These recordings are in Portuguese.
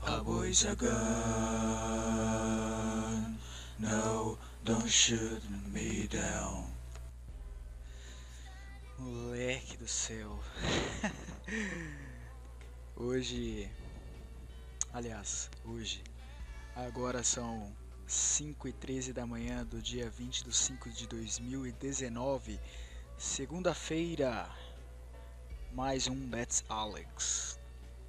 A boy's a gun. No, don't shoot me down. Moleque do céu. Hoje, agora são 5h13 da manhã do dia 20 de 5 de 2019, segunda-feira, mais um That's Alex.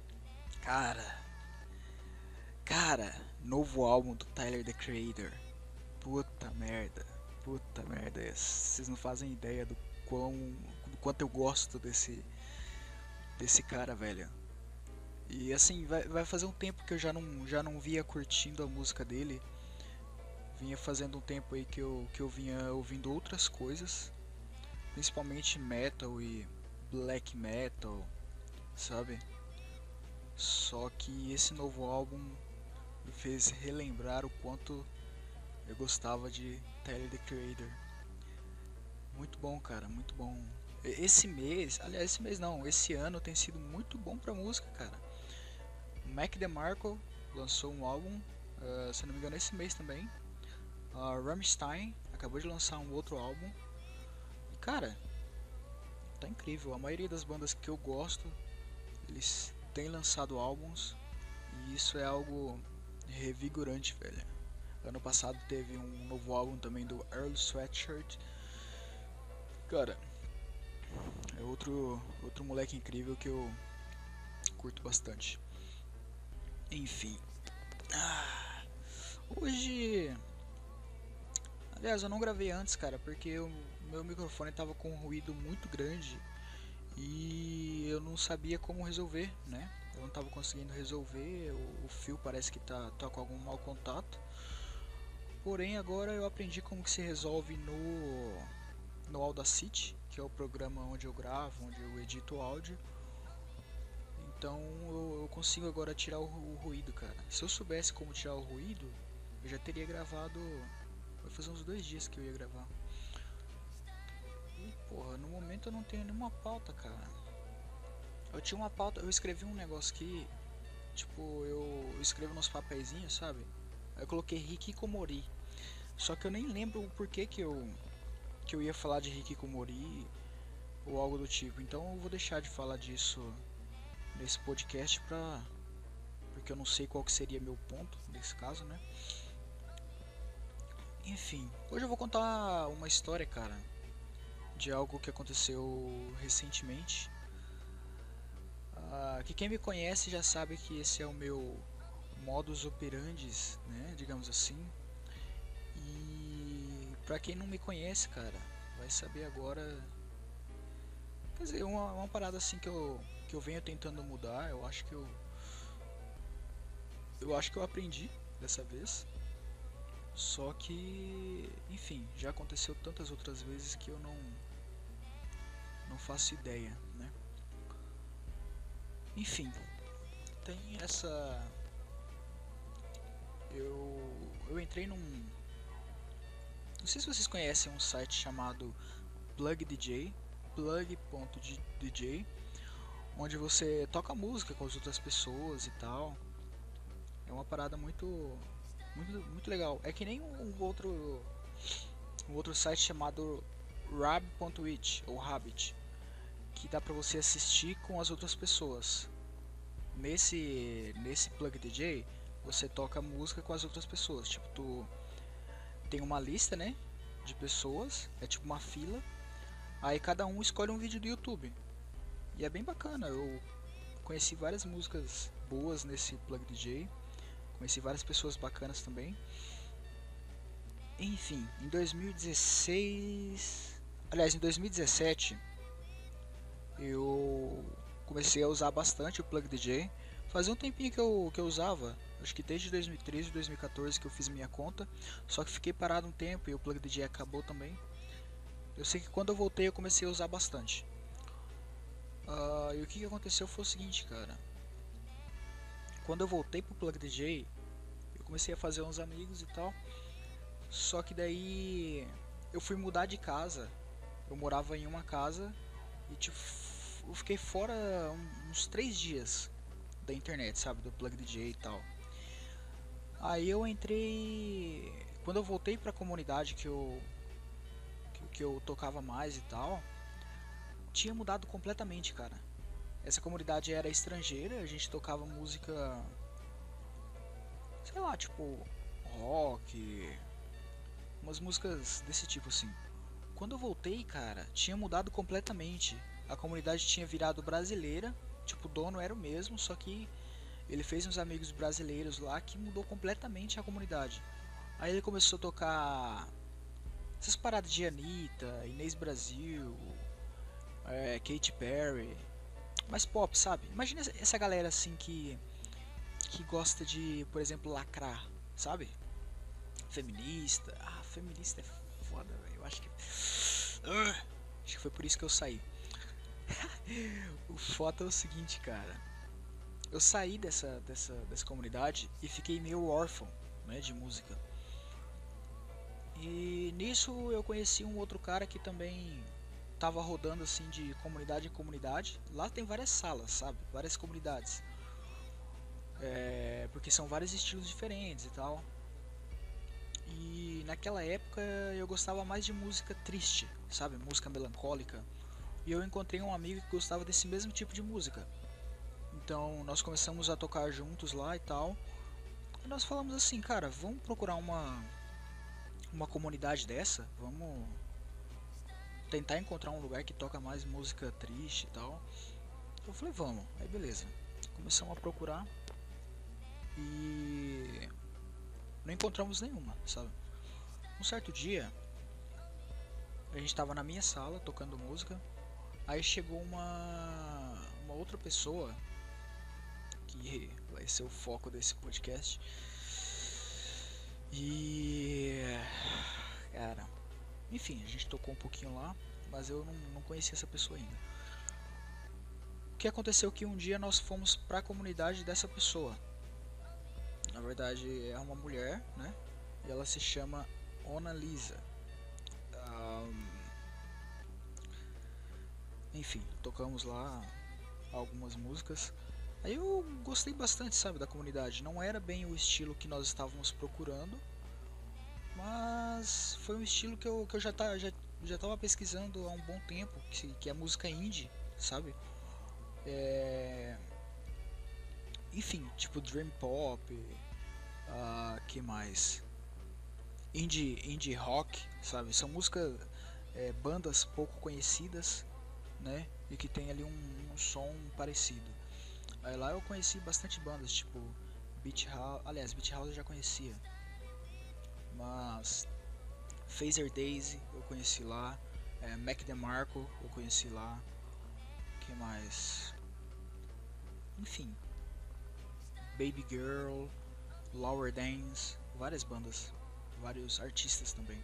Cara, novo álbum do Tyler, The Creator. Puta merda, vocês não fazem ideia do quanto eu gosto desse cara, velho. E assim, vai fazer um tempo que eu já não via curtindo a música dele. Vinha fazendo um tempo aí que eu vinha ouvindo outras coisas, principalmente metal e black metal, sabe? Só que esse novo álbum me fez relembrar o quanto eu gostava de Tyler, The Creator. Muito bom, cara, muito bom. Esse mês não, esse ano tem sido muito bom pra música, cara. Mac DeMarco lançou um álbum, se não me engano, esse mês também. Rammstein acabou de lançar um outro álbum. E, cara, tá incrível. A maioria das bandas que eu gosto, eles têm lançado álbuns. E isso é algo revigorante, velho. Ano passado teve um novo álbum também do Earl Sweatshirt. Cara, é outro moleque incrível que eu curto bastante. Enfim. Hoje. Aliás, eu não gravei antes, cara, porque o meu microfone tava com um ruído muito grande e eu não sabia como resolver, né? Eu não tava conseguindo resolver, o fio parece que tá com algum mau contato. Porém, agora eu aprendi como que se resolve no Audacity, que é o programa onde eu gravo, onde eu edito o áudio. Então eu consigo agora tirar o ruído, cara. Se eu soubesse como tirar o ruído, eu já teria gravado. Vai fazer uns 2 dias que eu ia gravar. E porra, no momento eu não tenho nenhuma pauta, cara. Eu tinha uma pauta, eu escrevi um negócio aqui. Tipo, eu escrevo nos papeizinhos, sabe? Aí eu coloquei Hikikomori. Só que eu nem lembro o porquê que eu ia falar de Hikikomori ou algo do tipo. Então eu vou deixar de falar disso nesse podcast porque eu não sei qual que seria meu ponto nesse caso, né? Enfim, hoje eu vou contar uma história, cara, de algo que aconteceu recentemente. Que quem me conhece já sabe que esse é o meu modus operandi, né, digamos assim. E pra quem não me conhece, cara, vai saber agora. Quer dizer, uma parada assim que eu venho tentando mudar. Eu acho que eu aprendi dessa vez. Só que, enfim, já aconteceu tantas outras vezes que eu não faço ideia, né? Enfim, tem essa. Eu entrei num. Não sei se vocês conhecem um site chamado Plug DJ, plug.dj, onde você toca música com as outras pessoas e tal. É uma parada muito legal. É que nem um outro site chamado rab.it ou Rabbit, que dá pra você assistir com as outras pessoas. Nesse Plug DJ, você toca música com as outras pessoas. Tipo, tu tem uma lista, né, de pessoas, é tipo uma fila. Aí cada um escolhe um vídeo do YouTube. E é bem bacana. Eu conheci várias músicas boas nesse Plug DJ. Conheci várias pessoas bacanas também. Enfim, em 2016, aliás, em 2017, eu comecei a usar bastante o Plug DJ. Fazia um tempinho que eu usava, acho que desde 2013, 2014 que eu fiz minha conta. Só que fiquei parado um tempo e o Plug DJ acabou também. Eu sei que quando eu voltei eu comecei a usar bastante. E o que aconteceu foi o seguinte, cara. Quando eu voltei pro Plug DJ, eu comecei a fazer uns amigos e tal. Só que daí eu fui mudar de casa. Eu morava em uma casa e tipo, eu fiquei fora uns 3 dias da internet, sabe? Do Plug DJ e tal. Aí eu entrei. Quando eu voltei pra comunidade que eu tocava mais e tal, tinha mudado completamente, cara. Essa comunidade era estrangeira, a gente tocava música, sei lá, tipo rock, umas músicas desse tipo assim. Quando eu voltei, cara, tinha mudado completamente. A comunidade tinha virado brasileira, tipo, o dono era o mesmo, só que ele fez uns amigos brasileiros lá que mudou completamente a comunidade. Aí ele começou a tocar essas paradas de Anitta, Inês Brasil, Katy Perry, mais pop, sabe? Imagina essa galera assim que gosta de, por exemplo, lacrar, sabe? Feminista. Ah, feminista é foda, velho. Eu acho que. Acho que foi por isso que eu saí. O foda é o seguinte, cara. Eu saí dessa comunidade e fiquei meio órfão, né, de música. E nisso eu conheci um outro cara que também tava rodando assim de comunidade em comunidade. Lá tem várias salas, sabe? Várias comunidades. Porque são vários estilos diferentes e tal. E naquela época eu gostava mais de música triste, sabe? Música melancólica. E eu encontrei um amigo que gostava desse mesmo tipo de música. Então nós começamos a tocar juntos lá e tal. E nós falamos assim, cara, vamos procurar uma comunidade dessa? Vamos tentar encontrar um lugar que toca mais música triste e tal. Eu falei, vamos. Aí beleza. Começamos a procurar e não encontramos nenhuma, sabe? Um certo dia, a gente tava na minha sala tocando música. Aí chegou uma outra pessoa que vai ser o foco desse podcast. E cara, enfim, a gente tocou um pouquinho lá, mas eu não conhecia essa pessoa ainda. O que aconteceu que um dia nós fomos pra comunidade dessa pessoa. Na verdade é uma mulher, né? E ela se chama Ona Lisa. Enfim, tocamos lá algumas músicas. Aí eu gostei bastante, sabe, da comunidade. Não era bem o estilo que nós estávamos procurando, mas foi um estilo que eu já tava pesquisando há um bom tempo, que é música indie, sabe? É... Enfim, tipo dream pop, que mais? Indie rock, sabe? São músicas, bandas pouco conhecidas, né? E que tem ali um som parecido. Aí lá eu conheci bastante bandas, tipo Beach House, aliás, Beach House eu já conhecia, mas Phaser Daisy eu conheci lá, Mac DeMarco eu conheci lá, que mais? Enfim, Baby Girl, Lower Dance, várias bandas, vários artistas também.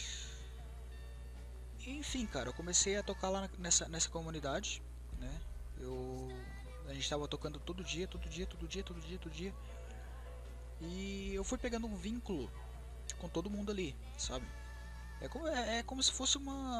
Enfim, cara, eu comecei a tocar lá nessa comunidade, né? A gente tava tocando todo dia, todo dia, todo dia, todo dia, todo dia. E eu fui pegando um vínculo com todo mundo ali, sabe? É como se fosse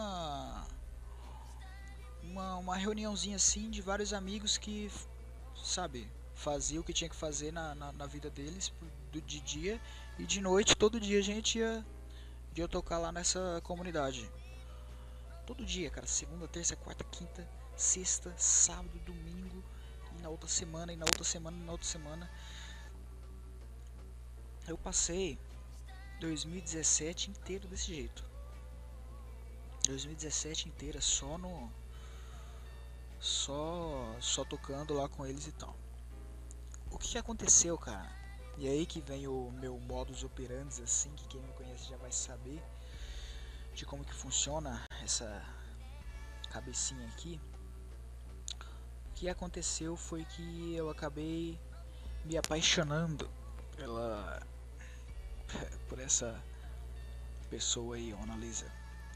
uma reuniãozinha assim de vários amigos que, sabe, fazia o que tinha que fazer na vida deles de dia, e de noite, todo dia a gente ia tocar lá nessa comunidade. Todo dia, cara, segunda, terça, quarta, quinta, sexta, sábado, domingo, e na outra semana, e na outra semana, e na outra semana. Eu passei 2017 inteiro desse jeito. 2017 inteira só tocando lá com eles e tal. O que aconteceu, cara? E aí que vem o meu modus operandi, assim, que quem me conhece já vai saber de como que funciona essa cabecinha aqui. O que aconteceu foi que eu acabei me apaixonando por essa pessoa aí, Ona Lisa.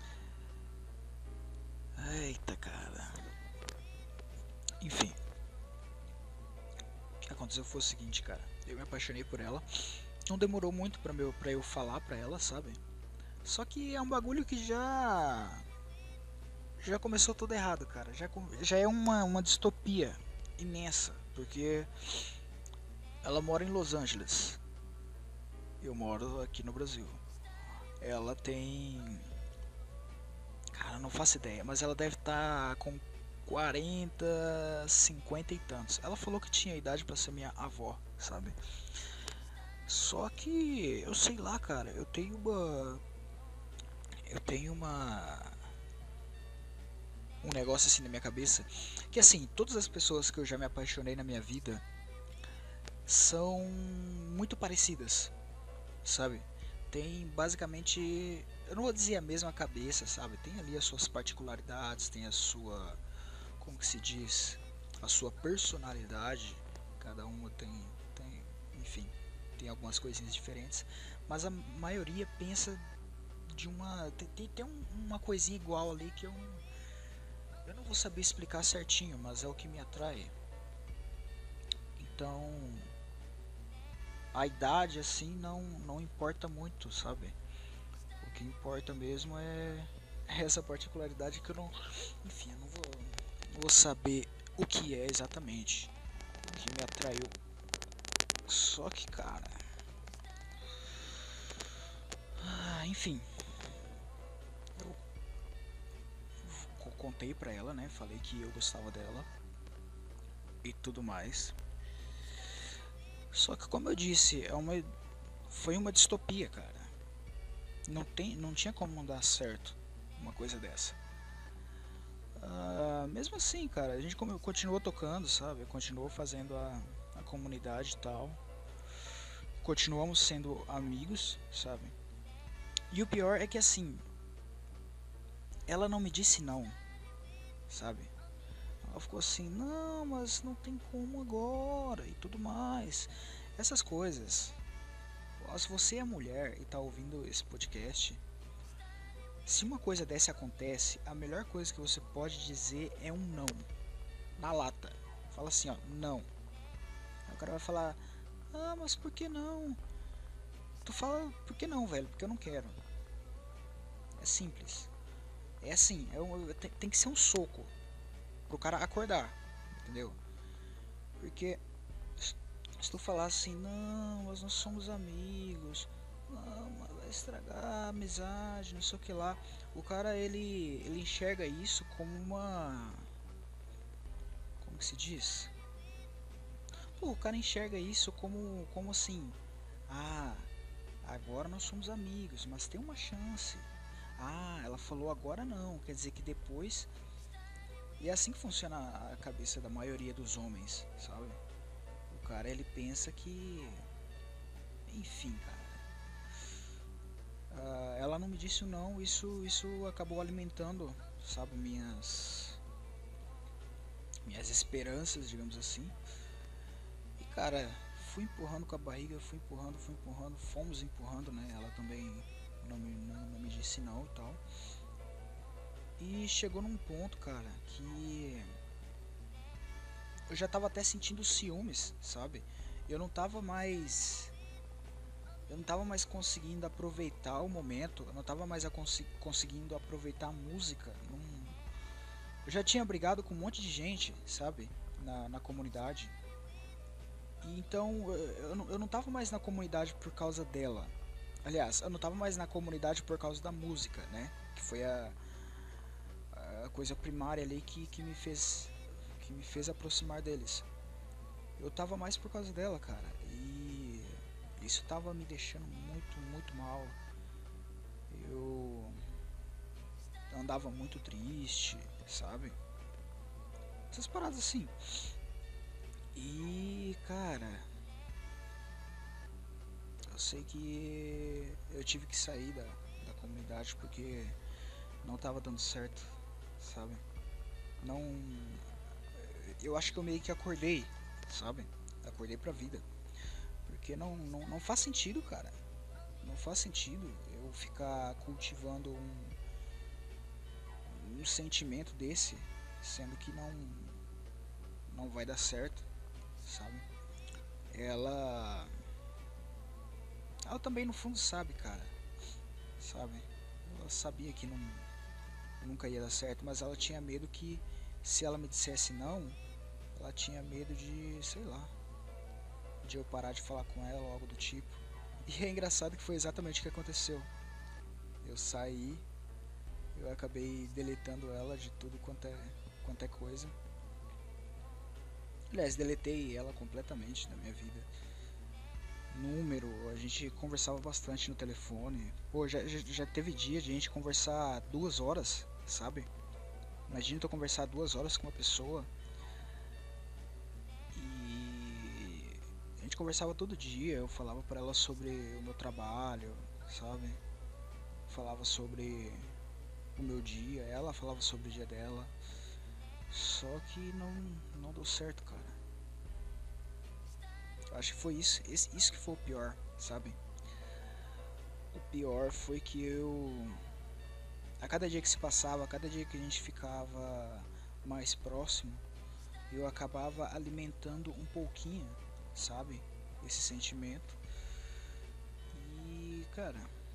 Eita, cara. Enfim, o que aconteceu foi o seguinte, cara. Eu me apaixonei por ela. Não demorou muito pra eu falar pra ela, sabe? Só que é um bagulho que já começou tudo errado, cara. Já é uma distopia imensa, porque Ela mora em Los Angeles. Eu moro aqui no Brasil. Ela tem. Cara, não faço ideia, mas ela deve estar com 40, 50 e tantos. Ela falou que tinha idade pra ser minha avó, sabe? Só que eu sei lá, cara, eu tenho uma. Eu tenho uma. Um negócio assim na minha cabeça. Que assim, todas as pessoas que eu já me apaixonei na minha vida são muito parecidas, sabe? Tem basicamente, eu não vou dizer a mesma cabeça, sabe? Tem ali as suas particularidades, tem a sua, como que se diz, a sua personalidade. Cada uma tem, enfim, tem algumas coisinhas diferentes, mas a maioria pensa de uma, tem uma coisinha igual ali que eu não vou saber explicar certinho, mas é o que me atrai. Então, a idade assim não importa muito, sabe? O que importa mesmo é essa particularidade que eu não. Enfim, eu não vou saber o que é exatamente. O que me atraiu. Só que, cara. Enfim, eu contei pra ela, né? Falei que eu gostava dela e tudo mais. Só que, como eu disse, foi uma distopia, cara. Não tinha como dar certo uma coisa dessa. Mesmo assim, cara, a gente continuou tocando, sabe? Continuou fazendo a comunidade e tal. Continuamos sendo amigos, sabe? E o pior é que assim, ela não me disse não, sabe? Ela ficou assim, não, mas não tem como agora e tudo mais. Essas coisas. Se você é mulher e tá ouvindo esse podcast, se uma coisa dessa acontece, a melhor coisa que você pode dizer é um não. Na lata. Fala assim, ó, não. Aí o cara vai falar, ah, mas por que não? Tu fala, por que não, velho? Porque eu não quero. É simples. É assim, tem que ser um soco pro cara acordar, entendeu? Porque se tu falar assim, não, mas nós somos amigos, não, mas vai estragar a amizade, não sei o que lá. O cara, ele enxerga isso como uma. Como que se diz? Pô, o cara enxerga isso como assim, ah, agora nós somos amigos, mas tem uma chance. Ah, ela falou agora não, quer dizer que depois. E é assim que funciona a cabeça da maioria dos homens, sabe? O cara ele pensa que. Enfim, cara. Ela não me disse o não, isso acabou alimentando, sabe, minhas esperanças, digamos assim. E cara, fui empurrando com a barriga, fui empurrando, fomos empurrando, né? Ela também não me disse não e tal. E chegou num ponto, cara, que eu já tava até sentindo ciúmes, sabe? Eu não tava mais. Eu não tava mais conseguindo aproveitar o momento, eu não tava mais conseguindo aproveitar a música. Eu já tinha brigado com um monte de gente, sabe? Na comunidade. E então eu não tava mais na comunidade por causa dela. Aliás, eu não tava mais na comunidade por causa da música, né? Que foi a coisa primária ali que me fez aproximar deles. Eu tava mais por causa dela, cara. E isso tava me deixando muito mal. Eu andava muito triste, sabe? Essas paradas assim. E, cara, eu sei que eu tive que sair da comunidade porque não tava dando certo, sabe? Não. Eu acho que eu meio que acordei, sabe? Acordei pra vida. Porque não faz sentido, cara. Não faz sentido eu ficar cultivando um sentimento desse, sendo que não vai dar certo, sabe? Ela ela também no fundo sabe, cara, sabe? Ela sabia que nunca ia dar certo, mas ela tinha medo que se ela me dissesse não, ela tinha medo de, sei lá, de eu parar de falar com ela ou algo do tipo. E é engraçado que foi exatamente o que aconteceu. Eu saí, eu acabei deletando ela de tudo quanto é coisa. Aliás, deletei ela completamente da minha vida. Número, a gente conversava bastante no telefone. Pô, já teve dia de a gente conversar 2 horas, sabe? Imagina tu conversar 2 horas com uma pessoa e a gente conversava todo dia. Eu falava pra ela sobre o meu trabalho, sabe? Falava sobre o meu dia, ela falava sobre o dia dela. Só que não deu certo, cara. Eu acho que foi isso que foi o pior, sabe? O pior foi que a cada dia que se passava, a cada dia que a gente ficava mais próximo, eu acabava alimentando um pouquinho, sabe? Esse sentimento. E, cara,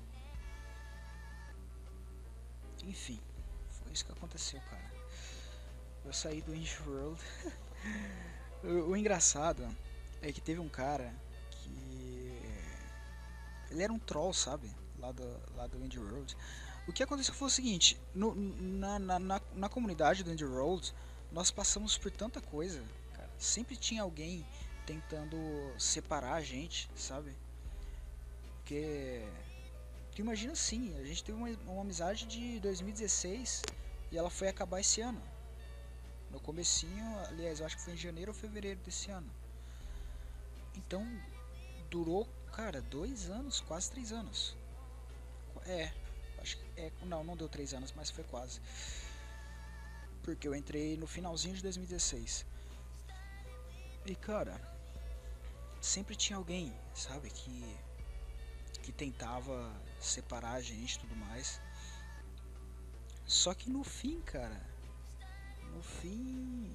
enfim, foi isso que aconteceu, cara. Eu saí do Indie World. O engraçado é que teve um cara que. Ele era um troll, sabe? Lá do Indie World. O que aconteceu foi o seguinte: na comunidade do Indie World, nós passamos por tanta coisa, cara. Sempre tinha alguém tentando separar a gente, sabe? Porque. Tu imagina assim: a gente teve uma amizade de 2016 e ela foi acabar esse ano. No comecinho, aliás, eu acho que foi em janeiro ou fevereiro desse ano. Então, durou, cara, 2 anos, quase 3 anos. É, acho que não deu 3 anos, mas foi quase. Porque eu entrei no finalzinho de 2016. E cara, sempre tinha alguém, sabe, que tentava separar a gente e tudo mais. Só que no fim, cara, no fim,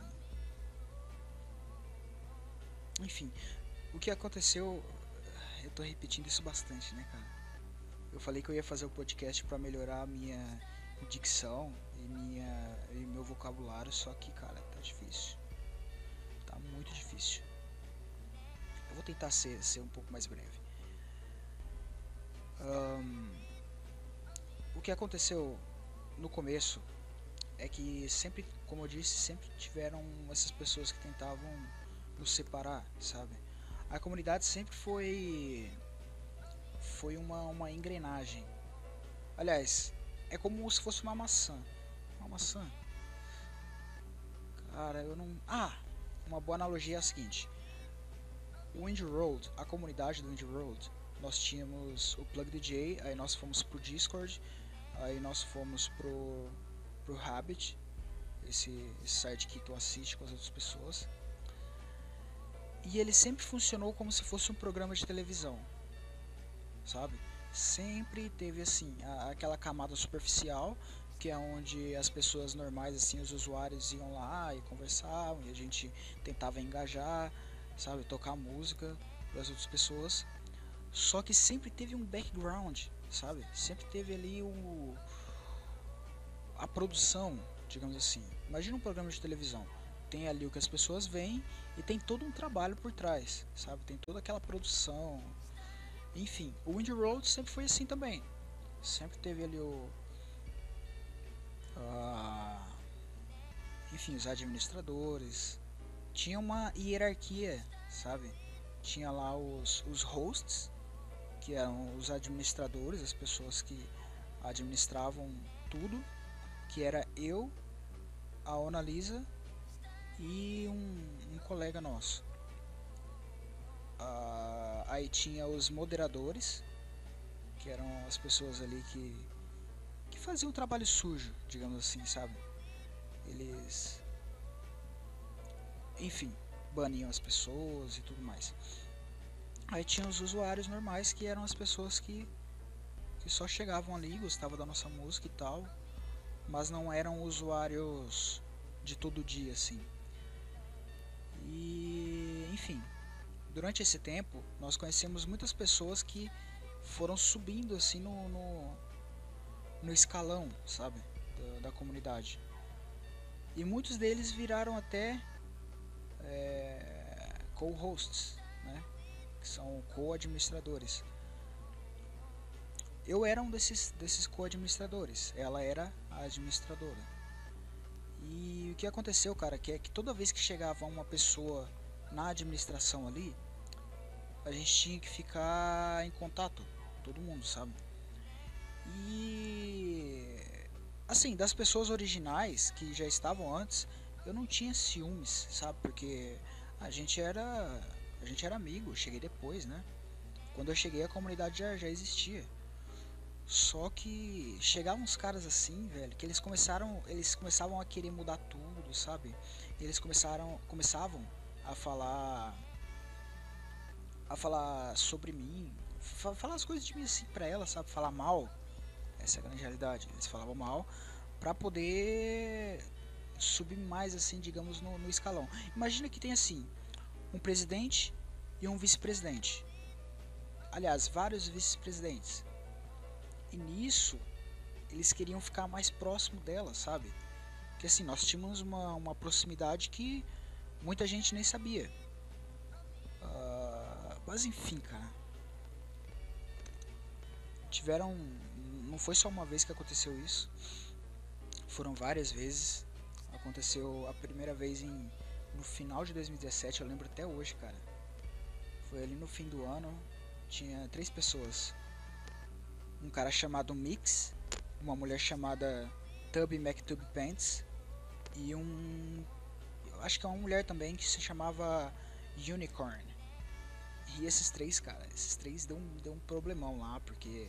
enfim, o que aconteceu, eu tô repetindo isso bastante, né, cara? Eu falei que eu ia fazer o podcast pra melhorar a minha dicção e meu vocabulário, só que, cara, tá difícil. Tá muito difícil. Eu vou tentar ser um pouco mais breve. Ahn, o que aconteceu no começo é que sempre, como eu disse, sempre tiveram essas pessoas que tentavam nos separar, sabe? A comunidade sempre foi uma engrenagem. Aliás, é como se fosse uma maçã. Uma maçã. Cara, eu não. Ah, uma boa analogia é a seguinte: o Indie Road, a comunidade do Indie Road, nós tínhamos o Plug DJ, aí nós fomos pro Discord, aí nós fomos pro Rabbit, esse site que tu assiste com as outras pessoas. E ele sempre funcionou como se fosse um programa de televisão, sabe? Sempre teve assim aquela camada superficial, que é onde as pessoas normais, assim, os usuários iam lá e conversavam e a gente tentava engajar, sabe, tocar música para as outras pessoas. Só que sempre teve um background, sabe? Sempre teve ali a produção, digamos assim. Imagina um programa de televisão. Tem ali o que as pessoas veem e tem todo um trabalho por trás, sabe? Tem toda aquela produção. Enfim, o Indie Road sempre foi assim também. Sempre teve ali ah, enfim, os administradores. Tinha uma hierarquia, sabe? Tinha lá os hosts, que eram os administradores, as pessoas que administravam tudo, que era eu, a Ona Lisa e um colega nosso. Aí tinha os moderadores, que eram as pessoas ali que faziam o trabalho sujo, digamos assim, sabe? Eles, enfim, baniam as pessoas e tudo mais. Aí tinha os usuários normais, que eram as pessoas que só chegavam ali, gostavam da nossa música e tal, mas não eram usuários de todo dia, assim. E, enfim, durante esse tempo, nós conhecemos muitas pessoas que foram subindo assim no escalão, sabe, da comunidade. E muitos deles viraram até co-hosts, né? que são co-administradores. Eu era um desses co-administradores, ela era a administradora. E o que aconteceu, cara, que é que toda vez que chegava uma pessoa na administração ali, a gente tinha que ficar em contato, todo mundo, sabe? E assim, das pessoas originais que já estavam antes, eu não tinha ciúmes, sabe? Porque a gente era a gente era amigo, eu cheguei depois, né? Quando eu cheguei a comunidade já existia. Só que chegavam uns caras assim, velho, que eles começavam a querer mudar tudo, sabe? Eles começavam a falar sobre mim, falar as coisas de mim assim pra ela, sabe? Falar mal. Essa é a grande realidade. Eles falavam mal pra poder subir mais assim, digamos, no escalão. Imagina que tem assim, um presidente e um vice-presidente. Aliás, vários vice-presidentes. E nisso eles queriam ficar mais próximo dela, sabe? Porque assim, nós tínhamos uma proximidade que muita gente nem sabia. Mas enfim, cara. Tiveram. Não foi só uma vez que aconteceu isso. Foram várias vezes. Aconteceu a primeira vez no final de 2017, eu lembro até hoje, cara. Foi ali no fim do ano. Tinha 3 pessoas. Um cara chamado Mix, uma mulher chamada Tubby McTubby Pants e eu acho que é uma mulher também que se chamava Unicorn. E esses três deu um problemão lá, porque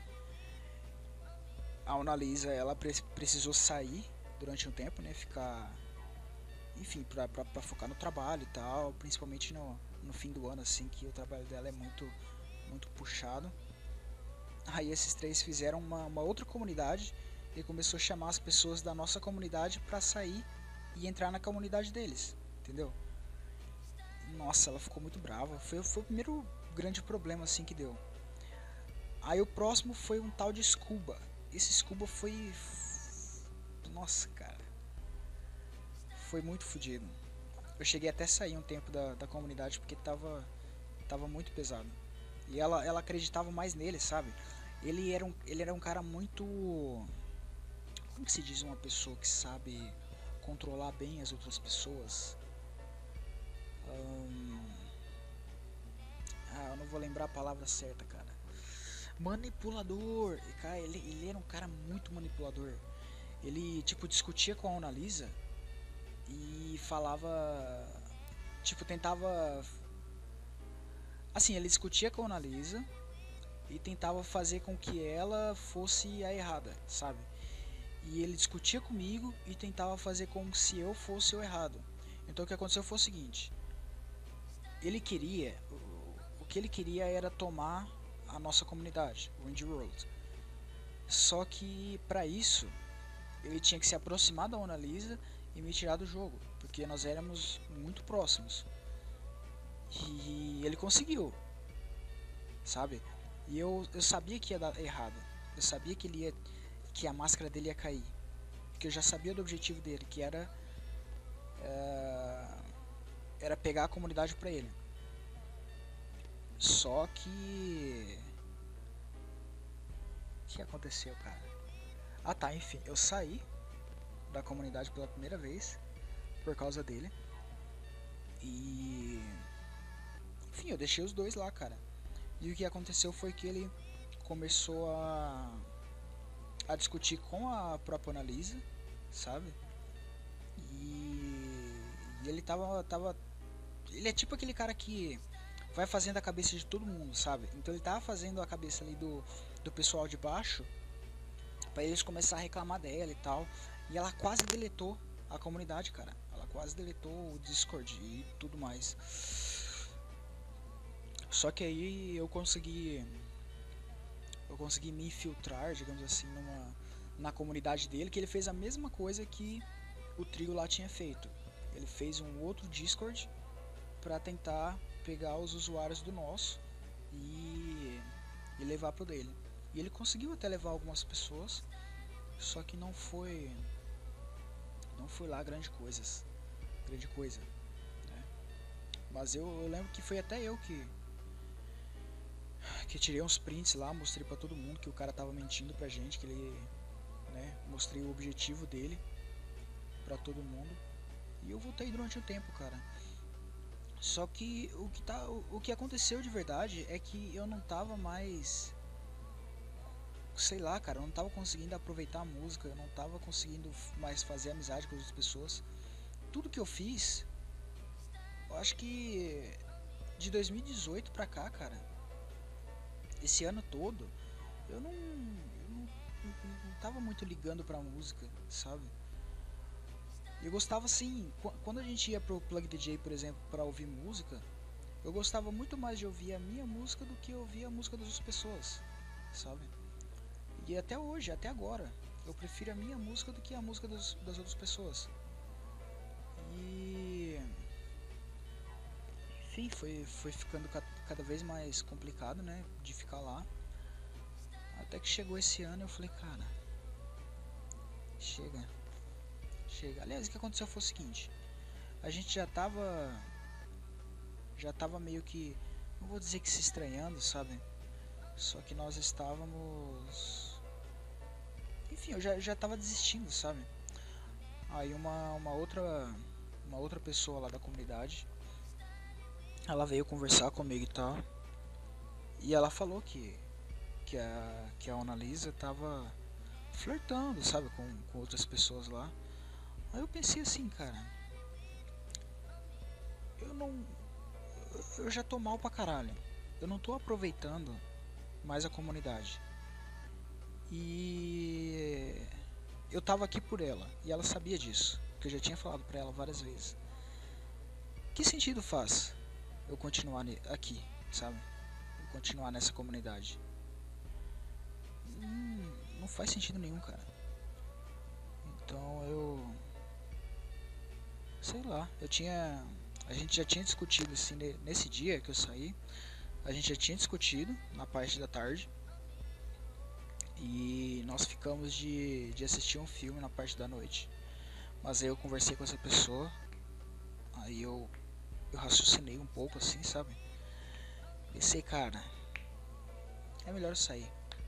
a Annalisa, ela precisou sair durante um tempo, né, ficar, enfim, pra focar no trabalho e tal, principalmente no fim do ano, assim, que o trabalho dela é muito puxado. Aí esses 3 fizeram uma outra comunidade e começou a chamar as pessoas da nossa comunidade pra sair e entrar na comunidade deles, entendeu? Nossa, ela ficou muito brava. Foi o primeiro grande problema assim que deu. Aí o próximo foi um tal de Scuba. Esse Scuba foi... Nossa, cara. Foi muito fodido. Eu cheguei até a sair um tempo da comunidade porque tava muito pesado. E ela acreditava mais nele, sabe? Ele era um cara muito... Como que se diz uma pessoa que sabe controlar bem as outras pessoas? Eu não vou lembrar a palavra certa, cara. Manipulador. E, cara, ele era um cara muito manipulador. Ele, tipo, discutia com a Annalisa e falava... Tipo, tentava... Assim, ele discutia com a Annalisa e tentava fazer com que ela fosse a errada, sabe? E ele discutia comigo e tentava fazer como se eu fosse o errado. Então o que aconteceu foi o seguinte: ele queria, o que ele queria era tomar a nossa comunidade, o Indie World. Só que para isso ele tinha que se aproximar da Mona Lisa e me tirar do jogo, porque nós éramos muito próximos. E ele conseguiu, sabe? E eu sabia que ia dar errado. Eu sabia que a máscara dele ia cair, porque eu já sabia do objetivo dele, que era pegar a comunidade pra ele. Só que... O que aconteceu, cara? Ah tá, enfim, eu saí da comunidade pela primeira vez por causa dele. E... Enfim, eu deixei os dois lá, cara. E o que aconteceu foi que ele começou a discutir com a própria Annalisa, sabe? E ele tava... Ele é tipo aquele cara que vai fazendo a cabeça de todo mundo, sabe? Então ele tava fazendo a cabeça ali do pessoal de baixo pra eles começar a reclamar dela e tal. E ela quase deletou a comunidade, cara. Ela quase deletou o Discord e tudo mais. Só que aí eu consegui me infiltrar, digamos assim, na comunidade dele, que ele fez a mesma coisa que o trio lá tinha feito. Ele fez um outro Discord para tentar pegar os usuários do nosso e levar pro dele. E ele conseguiu até levar algumas pessoas, só que não foi lá grande coisa, né? Mas eu lembro que foi até eu que tirei uns prints lá, mostrei pra todo mundo que o cara tava mentindo pra gente, que ele, né, mostrei o objetivo dele pra todo mundo. E eu voltei durante o tempo, cara. Só que o que aconteceu de verdade é que eu não tava mais, sei lá, cara, eu não tava conseguindo aproveitar a música, eu não tava conseguindo mais fazer amizade com as outras pessoas. Tudo que eu fiz, eu acho que de 2018 pra cá, cara, esse ano todo, eu não tava muito ligando pra música, sabe? Eu gostava assim, quando a gente ia pro Plug DJ, por exemplo, pra ouvir música, eu gostava muito mais de ouvir a minha música do que ouvir a música das outras pessoas, sabe? E até hoje, até agora, eu prefiro a minha música do que a música das outras pessoas. E enfim, foi ficando cada vez mais complicado, né, de ficar lá. Até que chegou esse ano e eu falei, cara, chega, chega. Aliás, o que aconteceu foi o seguinte, a gente já tava meio que, não vou dizer que se estranhando, sabe? Só que nós estávamos, enfim, eu já tava desistindo, sabe? Aí uma outra pessoa lá da comunidade, ela veio conversar comigo e tal, e ela falou que a Annalisa tava flertando, sabe, com outras pessoas lá. Aí eu pensei assim, cara, eu não, eu já tô mal pra caralho. Eu não tô aproveitando mais a comunidade. E eu tava aqui por ela, e ela sabia disso, porque eu já tinha falado pra ela várias vezes. Que sentido faz eu continuar aqui, sabe? Eu continuar nessa comunidade? Não faz sentido nenhum, cara. Então eu, sei lá, a gente já tinha discutido assim nesse dia que eu saí, a gente já tinha discutido na parte da tarde e nós ficamos de assistir um filme na parte da noite. Mas aí eu conversei com essa pessoa, aí eu raciocinei um pouco assim, sabe? Pensei, cara, é melhor eu sair.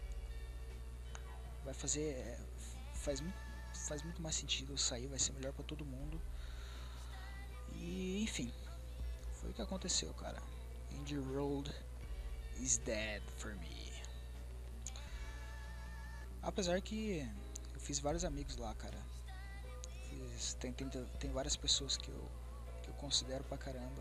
Vai fazer, faz muito mais sentido eu sair, vai ser melhor pra todo mundo. E enfim, foi o que aconteceu, cara. Indie Road is dead for me. Apesar que eu fiz vários amigos lá, cara. Tem várias pessoas que eu considero pra caramba.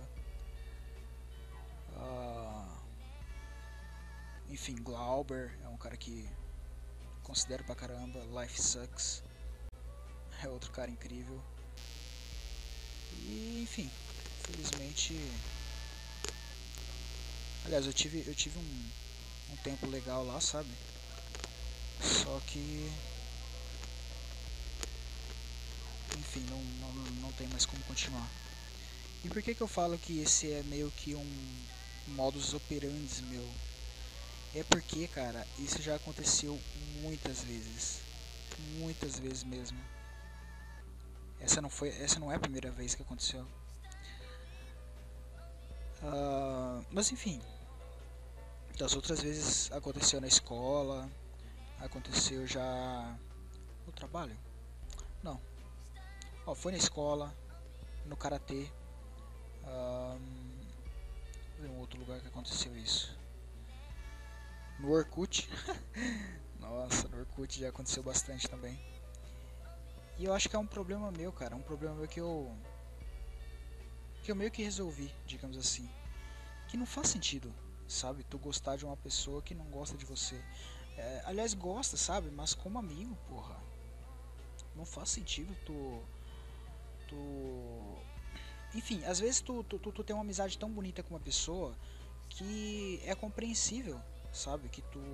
Ah, enfim, Glauber é um cara que considero pra caramba. Life Sucks é outro cara incrível. E enfim, felizmente. Aliás, eu tive um tempo legal lá, sabe? Só que, enfim, não tem mais como continuar. E por que eu falo que esse é meio que um modus operandi meu? É porque, cara, isso já aconteceu muitas vezes. Muitas vezes mesmo. Essa não é a primeira vez que aconteceu. Mas enfim, das outras vezes aconteceu na escola, aconteceu já no trabalho. Não. Ó, foi na escola, no karatê. Em um outro lugar que aconteceu isso. No Orkut. Nossa, no Orkut já aconteceu bastante também. E eu acho que é um problema meu, cara. Um problema meu que eu meio que resolvi, digamos assim. Que não faz sentido, sabe? Tu gostar de uma pessoa que não gosta de você. Aliás, gosta, sabe? Mas como amigo, porra. Não faz sentido tu enfim, às vezes tu tem uma amizade tão bonita com uma pessoa que é compreensível, sabe?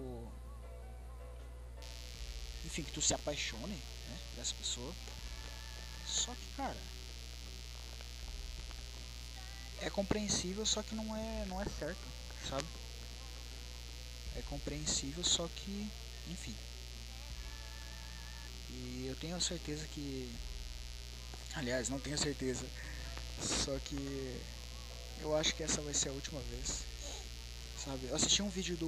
Enfim, que tu se apaixone, né, dessa pessoa. Só que, cara, é compreensível, só que não é certo, sabe? É compreensível, só que, enfim. E eu tenho certeza que, aliás, não tenho certeza, só que eu acho que essa vai ser a última vez. sabe? Eu assisti um vídeo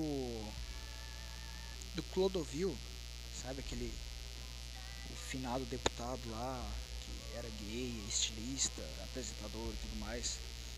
do Clodovil, sabe? Aquele o finado deputado lá, que era gay, estilista, apresentador e tudo mais.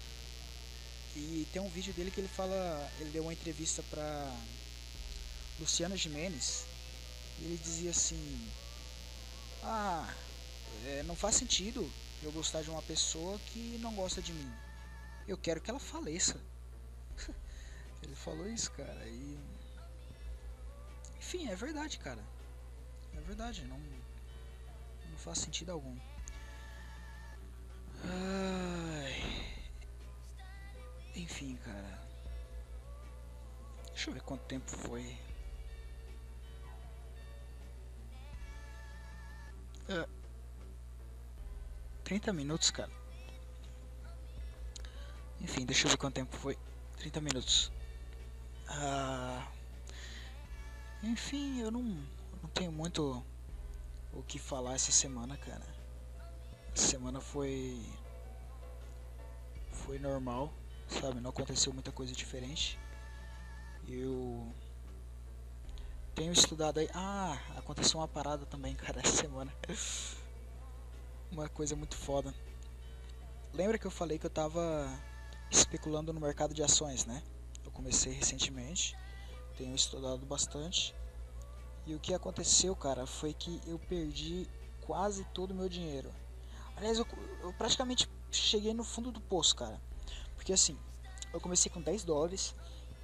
E tem um vídeo dele que ele fala, ele deu uma entrevista pra Luciano Gimenez, e ele dizia assim: ah, não faz sentido eu gostar de uma pessoa que não gosta de mim. Eu quero que ela faleça. Ele falou isso, cara. E enfim, é verdade, cara. É verdade, não faz sentido algum. Ai, enfim, cara. Deixa eu ver quanto tempo foi. 30 minutos, cara. Enfim, deixa eu ver quanto tempo foi. 30 minutos. Ah, enfim, eu não tenho muito o que falar essa semana, cara. Essa semana foi normal, sabe? Não aconteceu muita coisa diferente. Eu tenho estudado aí. Ah, aconteceu uma parada também, cara, essa semana. Uma coisa muito foda. Lembra que eu falei que eu tava especulando no mercado de ações, né? Eu comecei recentemente, tenho estudado bastante. E o que aconteceu, cara, foi que eu perdi quase todo o meu dinheiro. Aliás, eu praticamente cheguei no fundo do poço, cara. Porque assim, eu comecei com US$ 10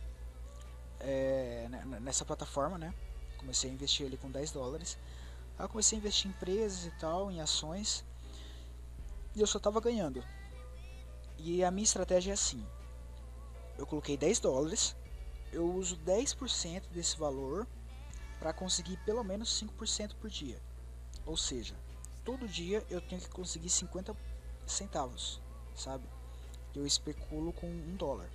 nessa plataforma, né? Comecei a investir ali com US$ 10. Aí eu comecei a investir em empresas e tal, em ações. E eu só tava ganhando. E a minha estratégia é assim: eu coloquei US$ 10, eu uso 10% desse valor para conseguir pelo menos 5% por dia. Ou seja, todo dia eu tenho que conseguir 50 centavos, sabe? Eu especulo com US$ 1.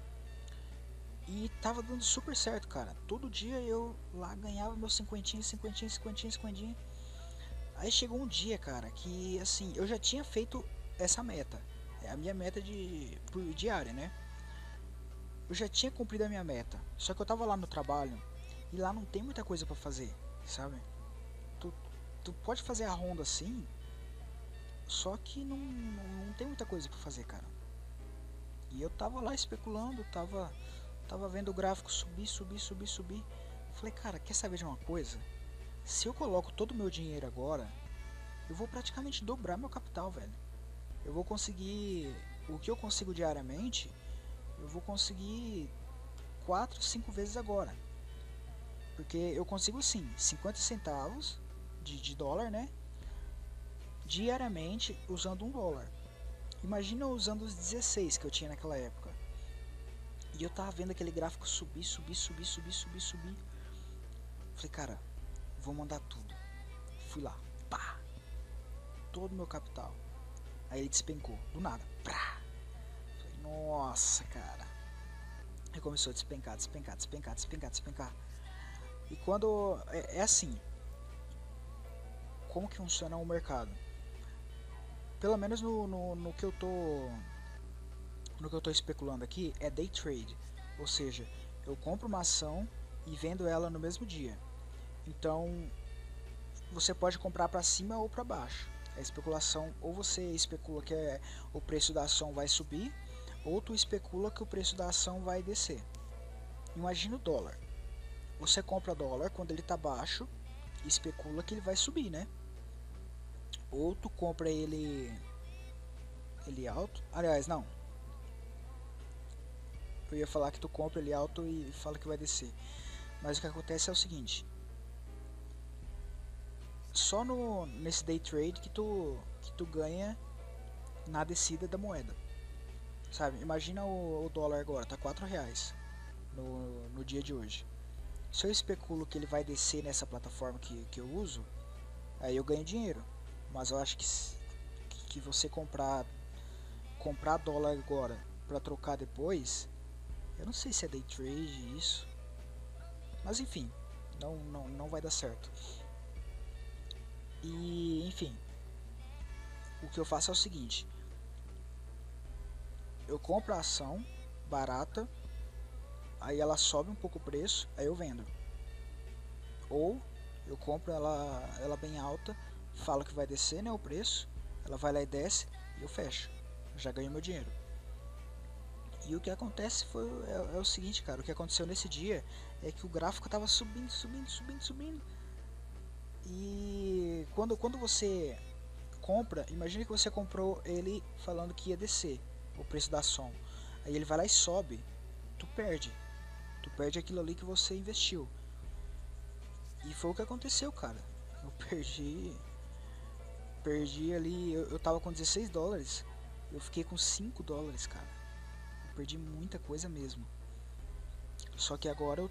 E tava dando super certo, cara. Todo dia eu lá ganhava meus cinquentinhos, cinquentinhos, cinquentinhos, cinquentinhos. Aí chegou um dia, cara, que assim, eu já tinha feito essa meta. É a minha meta por diária, né? Eu já tinha cumprido a minha meta. Só que eu tava lá no trabalho e lá não tem muita coisa pra fazer, sabe? Tu, tu pode fazer a ronda assim, só que não tem muita coisa pra fazer, cara. E eu tava lá especulando, tava vendo o gráfico subir, subir, subir, subir. Falei, cara, quer saber de uma coisa? Se eu coloco todo o meu dinheiro agora, eu vou praticamente dobrar meu capital, velho. Eu vou conseguir o que eu consigo diariamente, eu vou conseguir 4, 5 vezes agora. Porque eu consigo sim 50 centavos de dólar, né? Diariamente usando $1. Imagina eu usando os 16 que eu tinha naquela época. E eu tava vendo aquele gráfico subir, subir, subir, subir, subir, subir. Falei, cara, vou mandar tudo. Fui lá, pá, todo o meu capital. Aí ele despencou, do nada, pá. Falei, nossa, cara. Aí começou a despencar, despencar, despencar, despencar, despencar. E quando é assim, como que funciona o mercado? Pelo menos no que eu tô especulando aqui é day trade, ou seja, eu compro uma ação e vendo ela no mesmo dia. Então você pode comprar para cima ou para baixo. A especulação, ou você especula que o preço da ação vai subir, ou tu especula que o preço da ação vai descer. Imagina o dólar. Você compra dólar quando ele está baixo e especula que ele vai subir, né? Ou tu compra ele alto. Aliás, não. Eu ia falar que tu compra ele alto e fala que vai descer. Mas o que acontece é o seguinte: só nesse day trade que tu ganha na descida da moeda. Sabe? Imagina o dólar agora, tá R$ 4 no dia de hoje. Se eu especulo que ele vai descer nessa plataforma que eu uso, aí eu ganho dinheiro. Mas eu acho que você comprar dólar agora para trocar depois, eu não sei se é day trade isso. Mas enfim, não vai dar certo. E enfim, o que eu faço é o seguinte: eu compro a ação barata aí ela sobe um pouco o preço, aí eu vendo. Ou eu compro ela bem alta, falo que vai descer, né, o preço, ela vai lá e desce e eu fecho. Já ganho meu dinheiro. E o que acontece é o seguinte, cara, o que aconteceu nesse dia é que o gráfico tava subindo, subindo, subindo, subindo. E quando você compra, imagine que você comprou ele falando que ia descer o preço da ação. Aí ele vai lá e sobe, tu perde. Tu perde aquilo ali que você investiu. E foi o que aconteceu, cara. Eu perdi ali, eu tava com US$ 16, eu fiquei com US$ 5, cara. Eu perdi muita coisa mesmo. Só que agora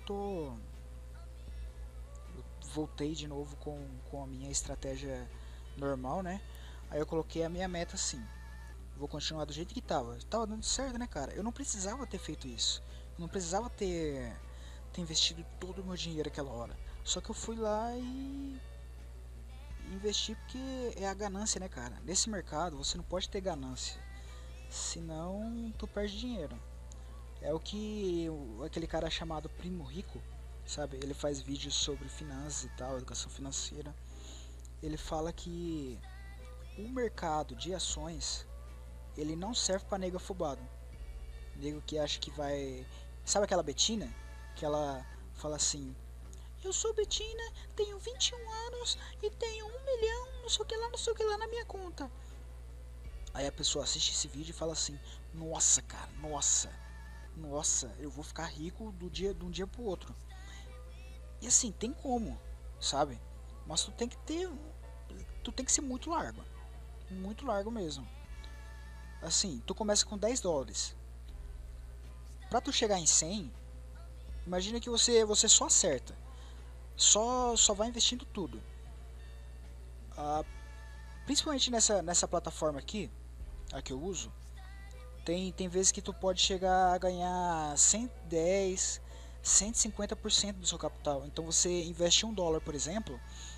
eu voltei de novo com a minha estratégia normal, né? Aí eu coloquei a minha meta assim: vou continuar do jeito que tava dando certo, né, cara? Eu não precisava ter feito isso, eu não precisava ter investido todo o meu dinheiro aquela hora. Só que eu fui lá e investi porque é a ganância, né, cara? Nesse mercado você não pode ter ganância, senão tu perde dinheiro. É o que aquele cara chamado Primo Rico, sabe? Ele faz vídeos sobre finanças e tal, educação financeira. Ele fala que o mercado de ações ele não serve para nego afobado. Nego que acha que vai. Sabe aquela Betina? Que ela fala assim: eu sou Betina, tenho 21 anos e tenho 1 milhão, não sei o que lá, não sei o que lá na minha conta. Aí a pessoa assiste esse vídeo e fala assim: nossa, cara, nossa, eu vou ficar rico de um dia pro outro. E assim, tem como, sabe? Mas tu tem que ter. Tu tem que ser muito largo mesmo. Assim, tu começa com US$ 10. Pra tu chegar em 100, imagina que você só acerta. Só vai investindo tudo. Ah, principalmente nessa plataforma aqui, a que eu uso, tem vezes que tu pode chegar a ganhar 110, 150% do seu capital. Então você investe US$ 1, por exemplo,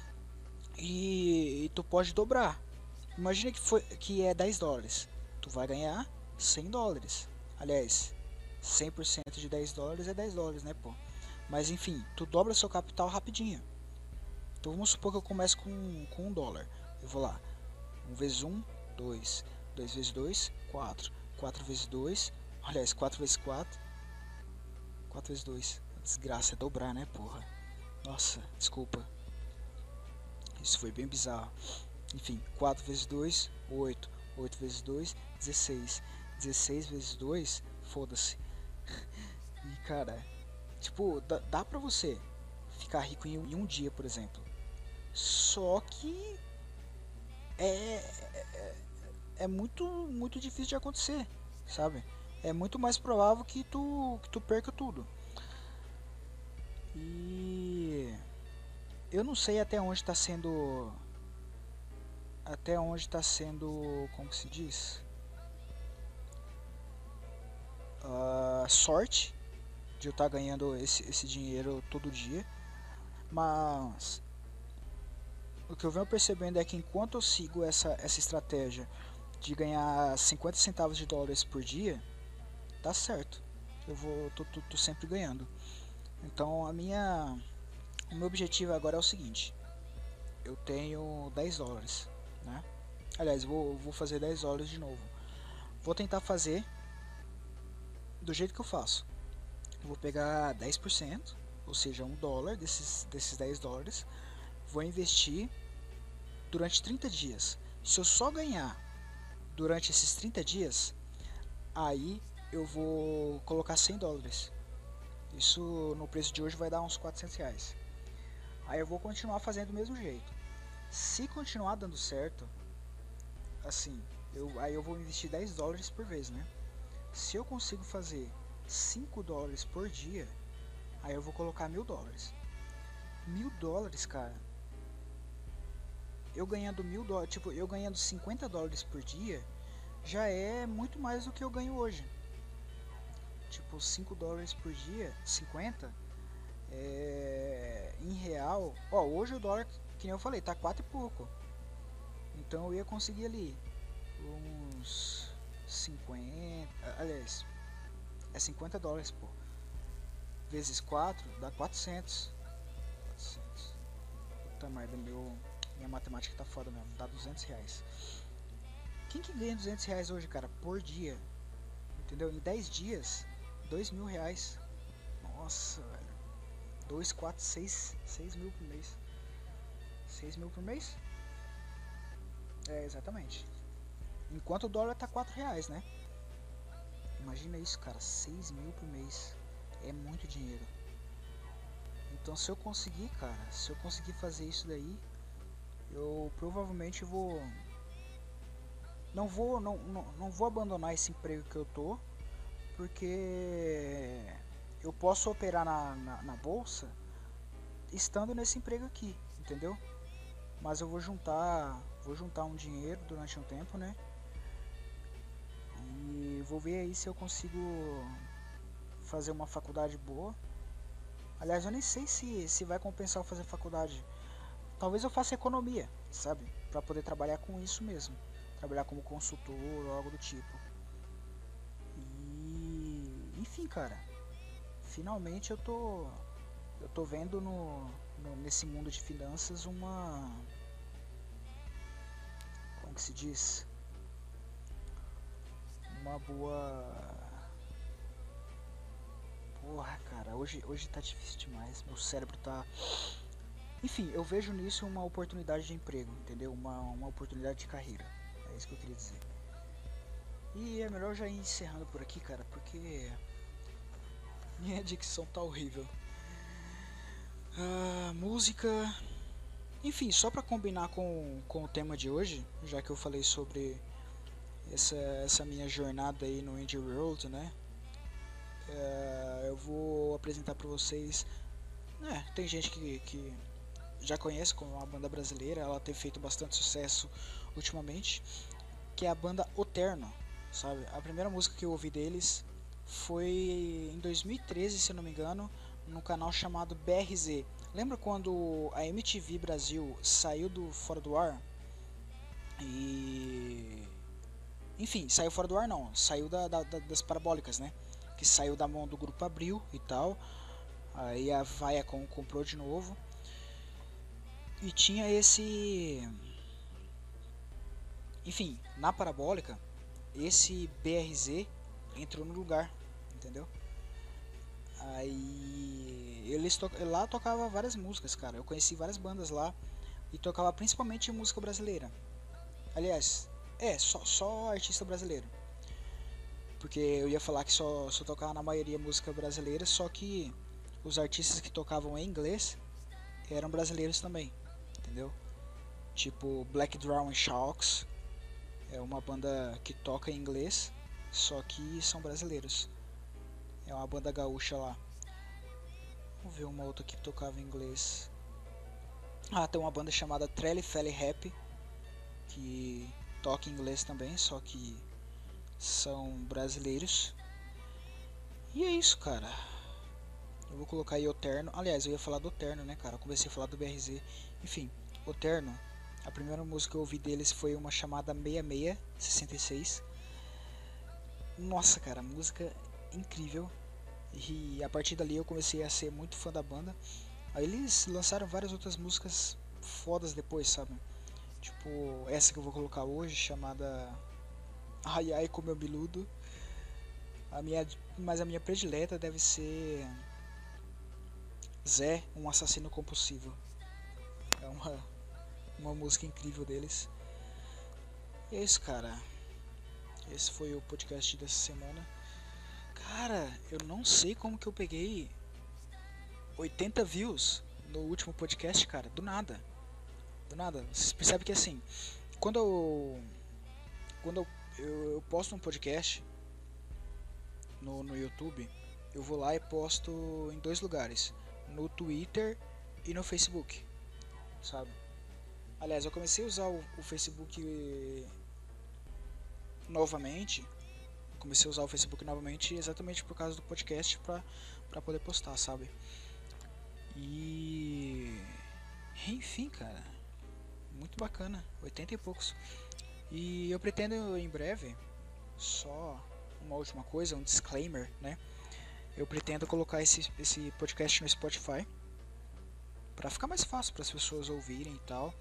e tu pode dobrar. Imagina que é US$ 10. Tu vai ganhar US$ 100. Aliás, 100% de US$ 10 é US$ 10, né, pô? Mas enfim, tu dobra seu capital rapidinho. Então vamos supor que eu comece com US$ 1. Eu vou lá. 1 vezes 1, 2. 2 vezes 2, 4. 4 vezes 2. Aliás, 4 vezes 4. 4 vezes 2. Desgraça, é dobrar, né, porra? Nossa, desculpa. Isso foi bem bizarro. Enfim, 4 vezes 2, 8. 8 vezes 2, 16. 16 vezes 2, foda-se. E cara, tipo, dá pra você ficar rico em um dia, por exemplo. Só que é muito difícil de acontecer, sabe? É muito mais provável que tu perca tudo. E eu não sei até onde está sendo, como se diz, sorte de eu estar ganhando esse dinheiro todo dia, mas o que eu venho percebendo é que enquanto eu sigo essa estratégia de ganhar 50 centavos de dólares por dia, dá certo. Tô sempre ganhando. Então o meu objetivo agora é o seguinte: eu tenho US$ 10, né? Aliás, vou fazer US$ 10 de novo. Vou tentar fazer do jeito que eu faço. Eu vou pegar 10%, ou seja, US$ 1 desses US$ 10. Vou investir durante 30 dias. Se eu só ganhar durante esses 30 dias, aí eu vou colocar US$ 100. Isso no preço de hoje vai dar uns R$ 400. Aí eu vou continuar fazendo do mesmo jeito. Se continuar dando certo, assim, aí eu vou investir US$ 10 por vez, né? Se eu consigo fazer US$ 5 por dia, aí eu vou colocar US$ 1.000. US$ 1.000, cara. Eu ganhando US$ 1.000, tipo, eu ganhando US$ 50 por dia, já é muito mais do que eu ganho hoje. Tipo, US$ 5 por dia, 50 em real. Ó, hoje o dólar, que nem eu falei, tá 4 e pouco. Então eu ia conseguir ali uns 50. Aliás, é US$ 50, pô. vezes 4 dá 400. 400. Puta merda, minha matemática tá foda mesmo. Dá R$ 200. Quem que ganha R$ 200 hoje, cara? Por dia. Entendeu? Em 10 dias, R$ 2.000. Nossa, velho. 2, 4, 6 mil por mês. 6 mil por mês? É, exatamente. Enquanto o dólar tá R$ 4, né? Imagina isso, cara. 6 mil por mês. É muito dinheiro. Então se eu conseguir, cara, se eu conseguir fazer isso daí, eu provavelmente vou. Não vou abandonar esse emprego que eu tô, porque eu posso operar na bolsa estando nesse emprego aqui, entendeu? Mas eu vou juntar um dinheiro durante um tempo, né? E vou ver aí se eu consigo fazer uma faculdade boa. Aliás, eu nem sei se vai compensar eu fazer faculdade. Talvez eu faça economia, sabe? Pra poder trabalhar com isso mesmo. Trabalhar como consultor ou algo do tipo. E enfim, cara, finalmente eu tô vendo nesse mundo de finanças como que se diz? Uma boa. Porra, cara, hoje tá difícil demais. Meu cérebro tá. Enfim, eu vejo nisso uma oportunidade de emprego, entendeu? Uma oportunidade de carreira. É isso que eu queria dizer. E é melhor já ir encerrando por aqui, cara, porque minha dicção tá horrível. Música. Enfim, só pra combinar com o tema de hoje, já que eu falei sobre essa minha jornada aí no Indie World, né? Eu vou apresentar pra vocês. Tem gente que já conhece como uma banda brasileira, ela tem feito bastante sucesso ultimamente, que é a banda Oterno, sabe? A primeira música que eu ouvi deles foi em 2013, se não me engano, no canal chamado BRZ. Lembra quando a MTV Brasil saiu do Fora do Ar? E... Enfim, saiu fora do ar não, saiu das parabólicas, né? Que saiu da mão do Grupo Abril e tal. Aí a Viacom comprou de novo. E tinha esse... Enfim, na parabólica, esse BRZ entrou no lugar, entendeu? Aí lá tocava várias músicas, cara. Eu conheci várias bandas lá e tocava principalmente música brasileira. Aliás, só artista brasileiro. Porque eu ia falar que só tocava na maioria música brasileira, só que os artistas que tocavam em inglês eram brasileiros também, entendeu? Tipo Black Dragon Sharks, é uma banda que toca em inglês, só que são brasileiros. É uma banda gaúcha lá. Vamos ver uma outra que tocava em inglês. Tem uma banda chamada Trelly Felly Rap, que toca em inglês também, só que são brasileiros. E é isso, cara. Eu vou colocar aí Oterno. Aliás, eu ia falar do Oterno, né, cara? Eu comecei a falar do BRZ. Enfim, Oterno. A primeira música que eu ouvi deles foi uma chamada 6666. Nossa, cara, música incrível. E a partir dali eu comecei a ser muito fã da banda. Aí eles lançaram várias outras músicas fodas depois, sabe? Tipo, essa que eu vou colocar hoje, chamada Ai Ai Como Eu Biludo. Mas a minha predileta deve ser Zé, um assassino compulsivo. É uma música incrível deles. E é isso, cara. Esse foi o podcast dessa semana. Cara, eu não sei como que eu peguei 80 views no último podcast, cara. Do nada. Do nada. Vocês percebem que assim, quando eu posto um podcast no YouTube, eu vou lá e posto em dois lugares, no Twitter e no Facebook, sabe? Aliás, eu comecei a usar o Facebook novamente. Comecei a usar o Facebook novamente exatamente por causa do podcast pra poder postar, sabe? E... Enfim, cara. Muito bacana. 80 e poucos. E eu pretendo em breve, só uma última coisa, um disclaimer, né? eu pretendo colocar esse podcast no Spotify pra ficar mais fácil para as pessoas ouvirem e tal.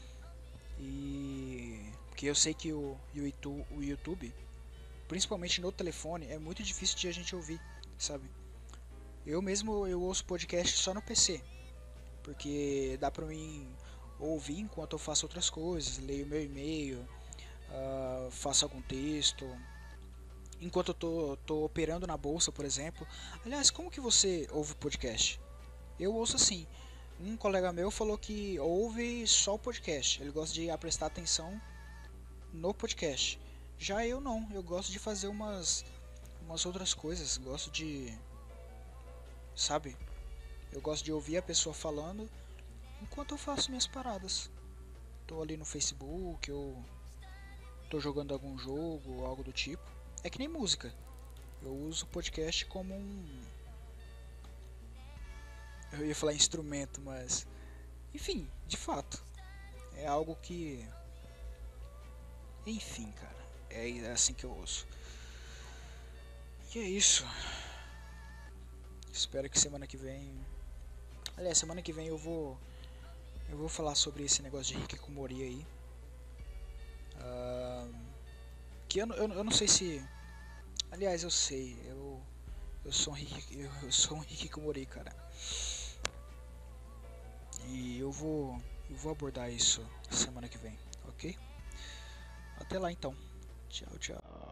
E porque eu sei que o YouTube, principalmente no telefone, é muito difícil de a gente ouvir, sabe? Eu mesmo eu ouço podcast só no PC, porque dá pra mim ouvir enquanto eu faço outras coisas, leio meu e-mail, faço algum texto, enquanto eu tô operando na bolsa, por exemplo. Aliás, como que você ouve podcast? Eu ouço assim. Um colega meu falou que ouve só o podcast, ele gosta de prestar atenção no podcast. Já eu não, eu gosto de fazer umas outras coisas, gosto de, sabe? Eu gosto de ouvir a pessoa falando enquanto eu faço minhas paradas. Tô ali no Facebook, eu tô jogando algum jogo ou algo do tipo. É que nem música. Eu uso o podcast como um. Eu ia falar instrumento, mas. Enfim, de fato. É algo que. Enfim, cara. É assim que eu ouço. E é isso. Espero que semana que vem. Aliás, semana que vem eu vou. Eu vou falar sobre esse negócio de Hikikomori aí. Ah, que eu não sei se. Aliás, eu sei. Eu sou um Hikikomori, cara. E eu vou abordar isso semana que vem, ok? Até lá então. Tchau, tchau.